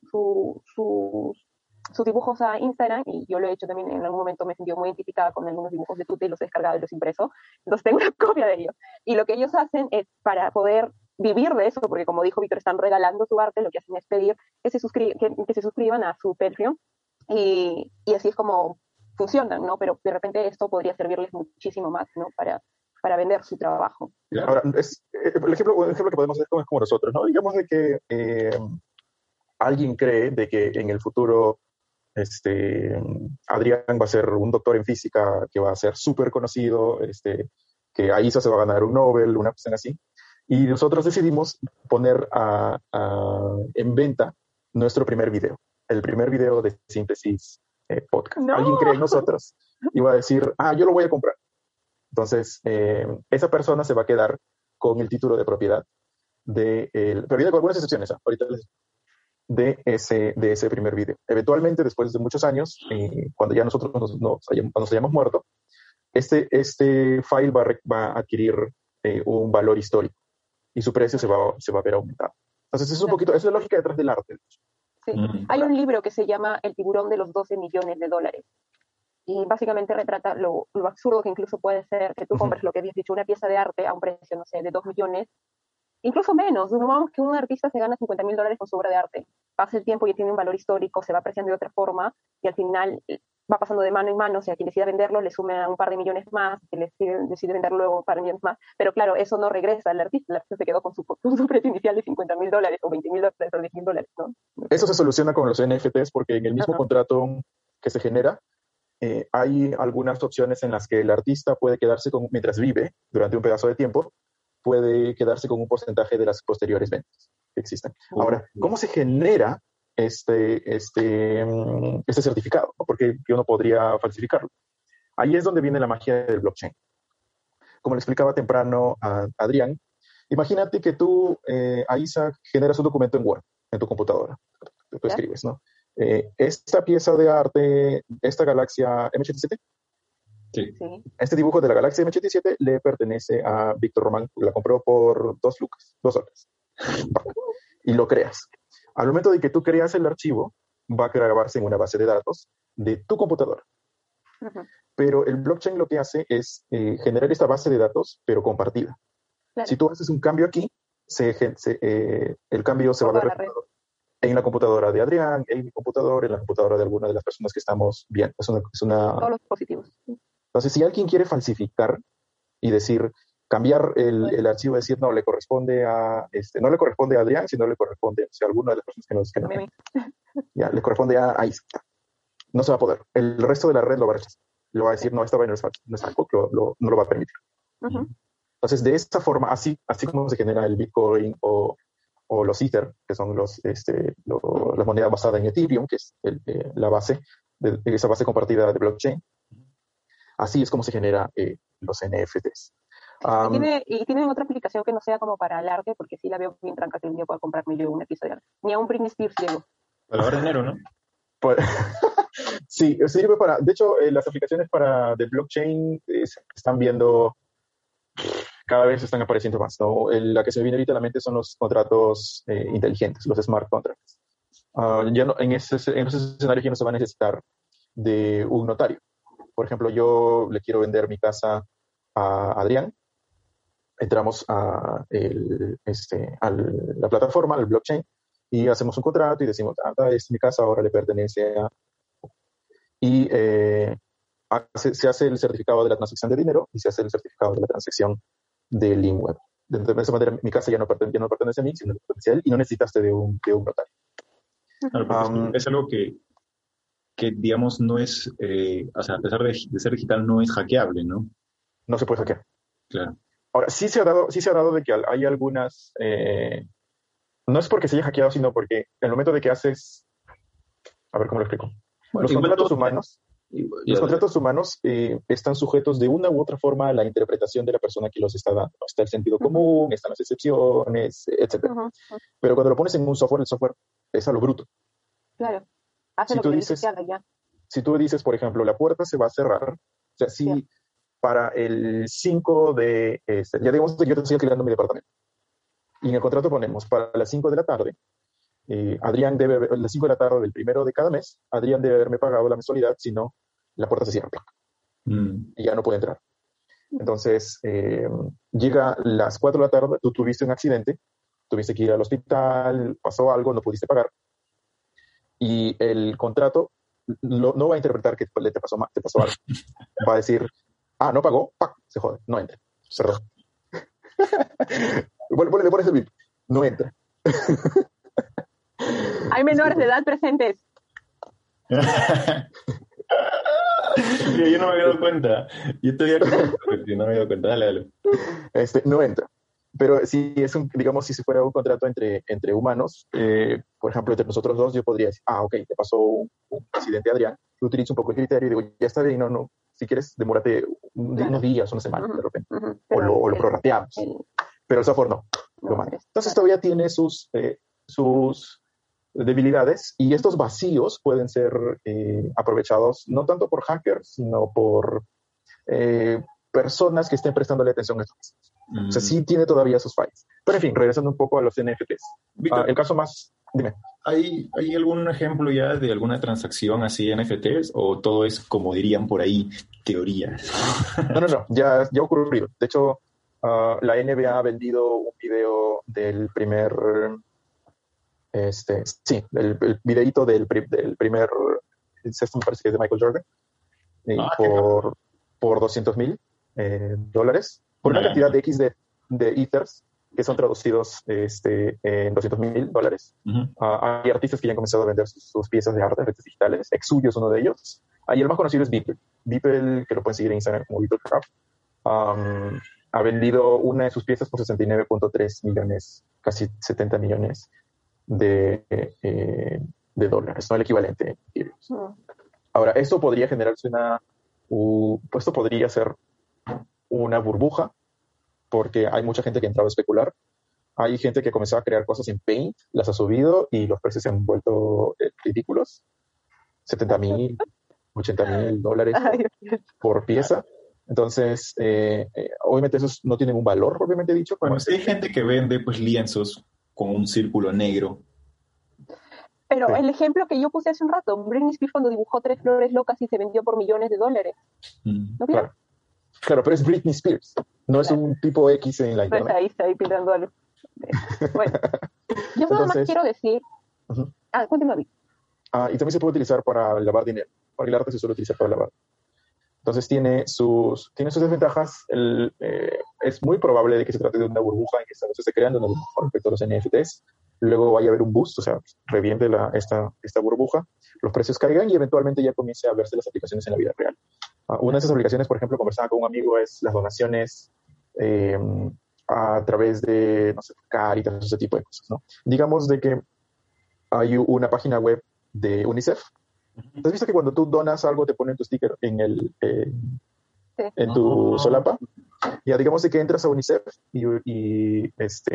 dibujos a Instagram, y yo lo he hecho también en algún momento, me he sentido muy identificada con algunos dibujos de Tute y los he descargado y los he impreso, entonces tengo una copia de ellos. Y lo que ellos hacen es, para poder vivir de eso, porque como dijo Víctor, están regalando su arte, lo que hacen es pedir que se suscriban a su Patreon, y así es como funcionan, ¿no? Pero de repente esto podría servirles muchísimo más, ¿no? Para vender su trabajo. Ahora, un ejemplo que podemos hacer como nosotros, ¿no? Digamos de que alguien cree de que en el futuro Adrián va a ser un doctor en física que va a ser súper conocido, que a ISA se va a ganar un Nobel, una cuestión así. Y nosotros decidimos poner en venta nuestro primer video, el primer video de Síntesis Podcast. ¡No! Alguien cree en nosotros y va a decir, yo lo voy a comprar. Entonces, esa persona se va a quedar con el título de propiedad pero viene con algunas excepciones, ahorita de ese primer video. Eventualmente, después de muchos años, cuando ya nosotros nos hayamos muerto, este file va a adquirir un valor histórico y su precio se va a ver aumentado. Entonces, es un poquito, esa es la lógica detrás del arte. Sí. Hay un libro que se llama El tiburón de los 12 millones de dólares. Y básicamente retrata lo absurdo que incluso puede ser que tú compres lo que habías dicho, una pieza de arte a un precio, no sé, de 2 millones, incluso menos. Supongamos que un artista se gana $50,000 con su obra de arte. Pasa el tiempo y tiene un valor histórico, se va apreciando de otra forma, y al final va pasando de mano en mano, o sea, quien decida venderlo le sume un par de millones más, quien decide venderlo luego un par de millones más, pero claro, eso no regresa al artista, el artista se quedó con su precio inicial de $50,000 o $20,000 o $10,000, ¿no? Eso se soluciona con los NFTs porque en el mismo Ajá. contrato que se genera, hay algunas opciones en las que el artista puede quedarse mientras vive durante un pedazo de tiempo, puede quedarse con un porcentaje de las posteriores ventas que existen. Ahora, ¿cómo se genera este certificado? ¿No? Porque yo no podría falsificarlo. Ahí es donde viene la magia del blockchain. Como le explicaba temprano a Adrián, imagínate que tú, a Isaac, generas un documento en Word, en tu computadora. Tú escribes, ¿no? Esta pieza de arte, esta galaxia M87, Sí. este dibujo de la galaxia M87 le pertenece a Víctor Román, la compró por $2. Y lo creas. Al momento de que tú creas el archivo, va a grabarse en una base de datos de tu computadora. Ujú. Pero el blockchain lo que hace es generar esta base de datos, pero compartida. Claro. Si tú haces un cambio aquí, el cambio se va a ver reflejado en la computadora de Adrián, en mi computadora, en la computadora de alguna de las personas que estamos viendo. Todos los dispositivos. Entonces, si alguien quiere falsificar y decir, cambiar el archivo, decir, no le corresponde a Adrián, sino le corresponde a alguna de las personas que nos ya, le corresponde a Isaac. No se va a poder. El resto de la red lo va a rechazar. Lo va a decir, no, esta vaina no es algo, no lo va a permitir. Uh-huh. Entonces, de esta forma, así como se genera el Bitcoin o los Ether, que son la moneda basada en Ethereum, que es la base, esa base compartida de blockchain, así es como se genera los NFTs. ¿Y tienen otra aplicación que no sea como para el arte? Porque sí la veo bien tranca que el día pueda comprarme yo un episodio de arte. Ni a un Britney Spears llego. Para lavar dinero, ¿no? Pues, sí, sirve para... De hecho, las aplicaciones de blockchain se están viendo... Cada vez están apareciendo más, ¿no? La que se me viene ahorita a la mente son los contratos inteligentes, los smart contracts. Ya no, en esos escenarios ya no se va a necesitar de un notario. Por ejemplo, yo le quiero vender mi casa a Adrián. Entramos a la plataforma, al blockchain, y hacemos un contrato y decimos, es mi casa, ahora le pertenece a... Y se hace el certificado de la transacción de dinero y se hace el certificado de la transacción del link web. De esa manera, mi casa ya no pertenece a mí, sino que pertenece a él, y no necesitaste de un notario. Claro, porque es algo que digamos, no es, o sea, a pesar de ser digital, no es hackeable, ¿no? No se puede hackear. Claro. Ahora, sí se ha dado de que hay algunas, no es porque se haya hackeado, sino porque en el momento de que haces, a ver cómo lo explico. Bueno, los contratos humanos están sujetos de una u otra forma a la interpretación de la persona que los está dando. Está el sentido común, están las excepciones, etc. Pero cuando lo pones en un software, el software es a lo bruto. Claro. Hace lo que dices, ya. Si tú dices, por ejemplo, la puerta se va a cerrar, o sea, si para el 5 de, ya digamos que yo te estoy alquilando mi departamento, y en el contrato ponemos para las 5 de la tarde, Adrián debe, a las 5 de la tarde del primero de cada mes, Adrián debe haberme pagado la mensualidad, si no, la puerta se cierra. Y ya no puede entrar. Entonces, llega las 4 de la tarde, tú tuviste un accidente, tuviste que ir al hospital, pasó algo, no pudiste pagar, y el contrato no va a interpretar que te pasó algo. Va a decir, no pagó, se jode, no entra. Perdón. Le pones el bip, no entra. Hay menores de edad presentes. Yo no me había dado cuenta. Yo todavía no me había dado cuenta. Dale. No entra. Pero si digamos, si fuera un contrato entre humanos, por ejemplo, entre nosotros dos, yo podría decir, ok, te pasó un accidente, Adrián, yo utilizo un poco el criterio y digo, ya está bien, no, si quieres, demórate unos días, una semana, de repente, o lo prorrateamos. Pero el software no, lo manda. Entonces todavía tiene sus debilidades, y estos vacíos pueden ser aprovechados no tanto por hackers, sino por personas que estén prestándole atención a estos. O sea, sí tiene todavía sus fallas. Pero en fin, regresando un poco a los NFTs. Víctor, el caso más... Dime. ¿Hay algún ejemplo ya de alguna transacción así en NFTs, o todo es, como dirían por ahí, teorías? No, ya ha ocurrido. De hecho, la NBA ha vendido un video del primer... el videíto del primer me parece que es de Michael Jordan, por $200,000 por una cantidad de X de ethers que son traducidos en $200,000. Hay artistas que ya han comenzado a vender sus piezas de arte, artes digitales. Exuyo es uno de ellos. Y el más conocido es Beeple. Beeple, que lo pueden seguir en Instagram como BeepleCraft, ha vendido una de sus piezas por 69.3 millones, casi 70 millones de dólares, ¿no? El equivalente. Ahora, esto podría generarse esto podría ser una burbuja, porque hay mucha gente que ha entrado a especular. Hay gente que comenzó a crear cosas en Paint, las ha subido y los precios se han vuelto ridículos. 70,000, $80,000 por pieza. Entonces, obviamente esos no tienen un valor, propiamente dicho. Bueno, sí hay gente que vende pues lienzos con un círculo negro. Pero el ejemplo que yo puse hace un rato, Britney Spears cuando dibujó 3 flores locas y se vendió por millones de dólares. ¿No vieron? Claro, pero es Britney Spears, no es un tipo X en la internet. Pues ahí está pintando algo. Bueno, yo nada más quiero decir... continúa. Y también se puede utilizar para lavar dinero, porque el arte se suele utilizar para lavar. Entonces tiene sus desventajas. Es muy probable de que se trate de una burbuja en que se esté creando una burbuja respecto a los NFTs. Luego vaya a haber un boost, o sea, reviente esta burbuja, los precios caigan y eventualmente ya comience a verse las aplicaciones en la vida real. Una de esas aplicaciones, por ejemplo, conversaba con un amigo, es las donaciones a través de, no sé, Caritas, ese tipo de cosas, ¿no? Digamos de que hay una página web de UNICEF. ¿Has visto que cuando tú donas algo te ponen tu sticker en tu solapa? Ya, digamos de que entras a UNICEF y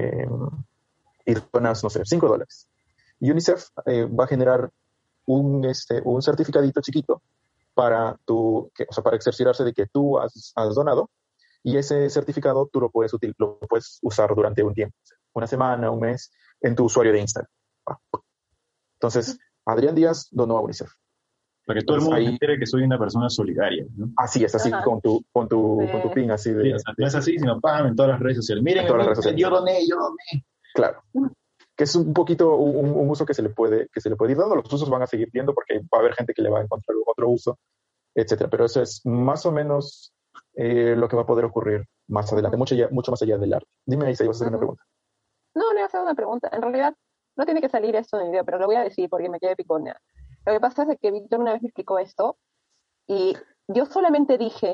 donas, no sé, $5. Y UNICEF va a generar un certificadito chiquito para exercirse de que tú has donado, y ese certificado tú lo puedes usar durante un tiempo, una semana, un mes, en tu usuario de Instagram. Entonces, Adrián Díaz donó a UNICEF. Para que todo el mundo se entere que soy una persona solidaria, ¿no? Así es, así con tu pin, así de... Sí, no es así, sino en todas las redes sociales. Miren, yo doné. Claro. Que es un poquito un uso que se le puede ir dando. Los usos van a seguir viendo porque va a haber gente que le va a encontrar otro uso, etcétera. Pero eso es más o menos lo que va a poder ocurrir más adelante, mucho más allá del arte. Dime, Isa, ¿vas a hacer una pregunta? No voy a hacer una pregunta. En realidad, no tiene que salir esto en el video, pero lo voy a decir porque me quedé picona. Lo que pasa es que Víctor una vez me explicó esto y yo solamente dije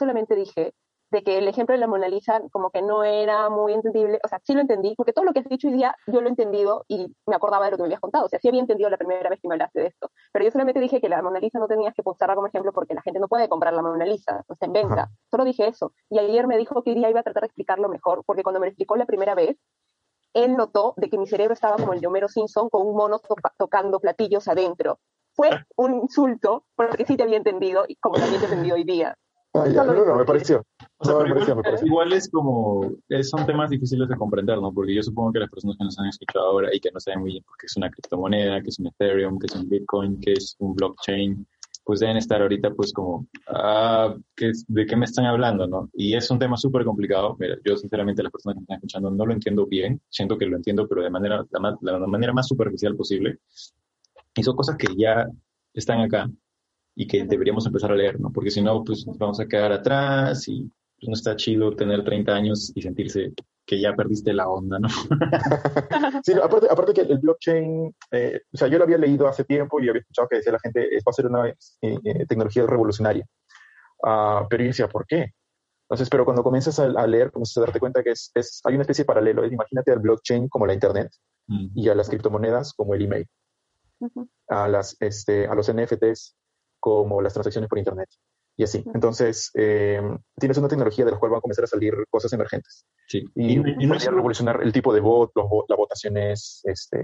de que el ejemplo de la Mona Lisa como que no era muy entendible. O sea, sí lo entendí, porque todo lo que has dicho hoy día yo lo he entendido y me acordaba de lo que me habías contado. O sea, sí había entendido la primera vez que me hablaste de esto. Pero yo solamente dije que la Mona Lisa no tenías que postarla como ejemplo porque la gente no puede comprar la Mona Lisa, o sea, en venta. Ajá. Solo dije eso. Y ayer me dijo que hoy día iba a tratar de explicarlo mejor, porque cuando me lo explicó la primera vez, él notó de que mi cerebro estaba como el de Homero Simpson con un mono tocando platillos adentro. Fue un insulto, porque sí te había entendido, y como también te he entendido hoy día. Me pareció. O sea, igual es como, son temas difíciles de comprender, ¿no? Porque yo supongo que las personas que nos han escuchado ahora y que no saben muy bien qué es una criptomoneda, qué es un Ethereum, qué es un Bitcoin, qué es un blockchain, pues deben estar ahorita pues como, ¿de qué me están hablando, no? Y es un tema súper complicado. Mira, yo sinceramente las personas que me están escuchando no lo entiendo bien, siento que lo entiendo, pero de la manera más superficial posible. Y son cosas que ya están acá y que deberíamos empezar a leer, ¿no? Porque si no, pues nos vamos a quedar atrás y pues, no está chido tener 30 años y sentirse que ya perdiste la onda, ¿no? Sí, aparte que el blockchain, o sea, yo lo había leído hace tiempo y había escuchado que decía la gente, va a ser una tecnología revolucionaria. Pero yo decía, ¿por qué? Entonces, pero cuando comienzas a leer, comienzas a darte cuenta que hay una especie de paralelo. Imagínate al blockchain como la internet y a las criptomonedas como el email. A los NFTs como las transacciones por internet y así. Entonces, tienes una tecnología de la cual van a comenzar a salir cosas emergentes. Sí. Y podría revolucionar el tipo de las votaciones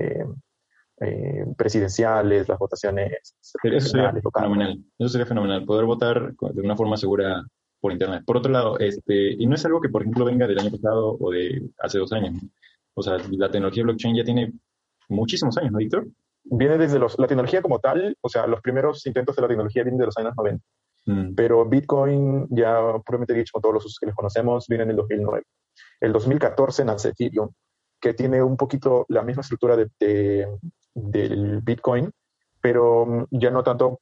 presidenciales, las votaciones eso sería fenomenal. Eso sería fenomenal, poder votar de una forma segura por internet. Por otro lado, y no es algo que, por ejemplo, venga del año pasado o de hace 2 años. O sea, la tecnología blockchain ya tiene muchísimos años, ¿no, Víctor? Viene desde la tecnología como tal, o sea, los primeros intentos de la tecnología vienen de los años 90. Pero Bitcoin, ya probablemente dicho, con todos los usos que les conocemos, viene en el 2009. El 2014 nace Ethereum, que tiene un poquito la misma estructura del Bitcoin, pero ya no tanto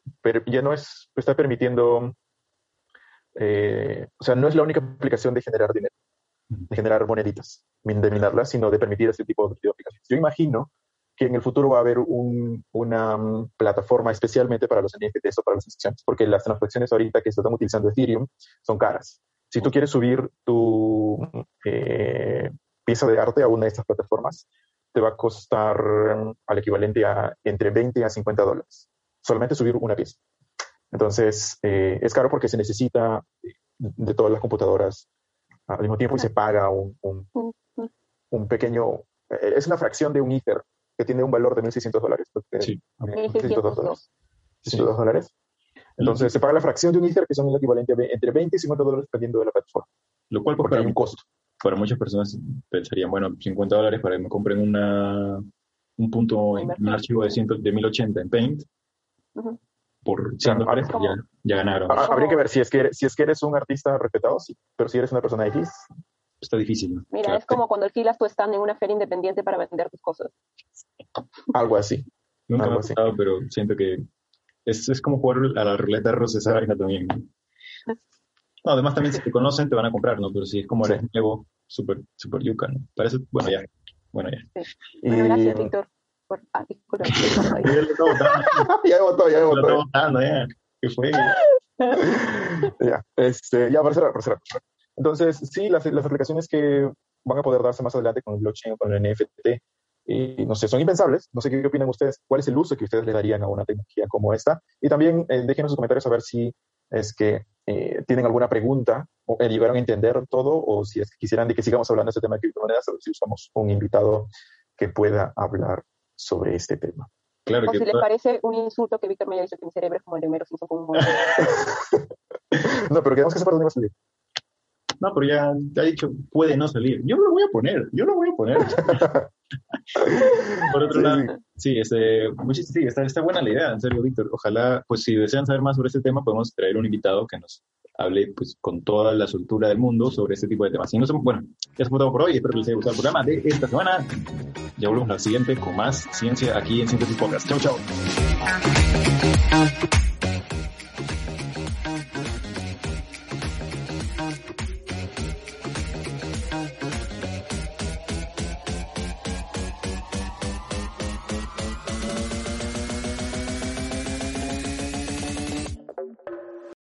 pero ya no está permitiendo, o sea, no es la única aplicación de generar dinero, de generar moneditas, de minarlas, sino de permitir este tipo de aplicaciones. Yo imagino que en el futuro va a haber una plataforma especialmente para los NFTs o para las transacciones, porque las transacciones ahorita que se están utilizando Ethereum son caras. Si tú quieres subir tu pieza de arte a una de estas plataformas, te va a costar al equivalente a entre 20 a $50, solamente subir una pieza. Entonces, es caro porque se necesita de todas las computadoras al mismo tiempo y se paga un pequeño, es una fracción de un Ether que tiene un valor de $1.600. Sí. $1.602. $602. Entonces, se paga la fracción de un Ether, que son el equivalente a entre 20 y $50 dependiendo de la plataforma. Lo cual, porque hay un costo. Para muchas personas pensarían, bueno, $50 para que me compren un punto, un archivo de 1080 en Paint. Ujú. Por $100 ya ganaron. Habría que ver si es que eres un artista respetado, sí. Pero si eres una persona X, está difícil, ¿no? Mira, Claro. es como cuando alquilas tu stand en una feria independiente para vender tus cosas. algo así. Nunca me algo ha así. pasado, pero siento que es como jugar a la ruleta rusa esa vaina también, ¿no? No, además también si te conocen te van a comprar, ¿no? Pero si es como Sí. eres nuevo, súper yuca, ¿no? Parece, bueno, ya. Sí. Bueno, gracias, Víctor. Disculpa. Ya lo está votando, Ya votó. lo está votando, ya. ¿Qué fue? Ya, para cerrar. Entonces, sí, las aplicaciones que van a poder darse más adelante con el blockchain o con el NFT, y no sé, son impensables. No sé qué opinan ustedes, cuál es el uso que ustedes le darían a una tecnología como esta. Y también déjenos sus comentarios a ver si es que tienen alguna pregunta o llegaron a entender todo, o si es que quisieran de que sigamos hablando de este tema de criptomonedas, o si usamos un invitado que pueda hablar sobre este tema. Claro O que si les parece un insulto que Víctor me haya dicho que mi cerebro es como el de Homero Simpson con un mono. No, pero queremos que sepa dónde va a salir. no, pero ya te ha dicho, puede no salir. Yo lo voy a poner. Por otro Sí, lado, sí, está buena la idea, en serio, Víctor. Ojalá, pues si desean saber más sobre este tema, podemos traer un invitado que nos hable pues con toda la soltura del mundo sobre este tipo de temas. Y no sé, bueno, ya es todo por hoy. Espero que les haya gustado el programa de esta semana. Ya volvemos a la siguiente con más ciencia aquí en Síntesis Podcast. Chau.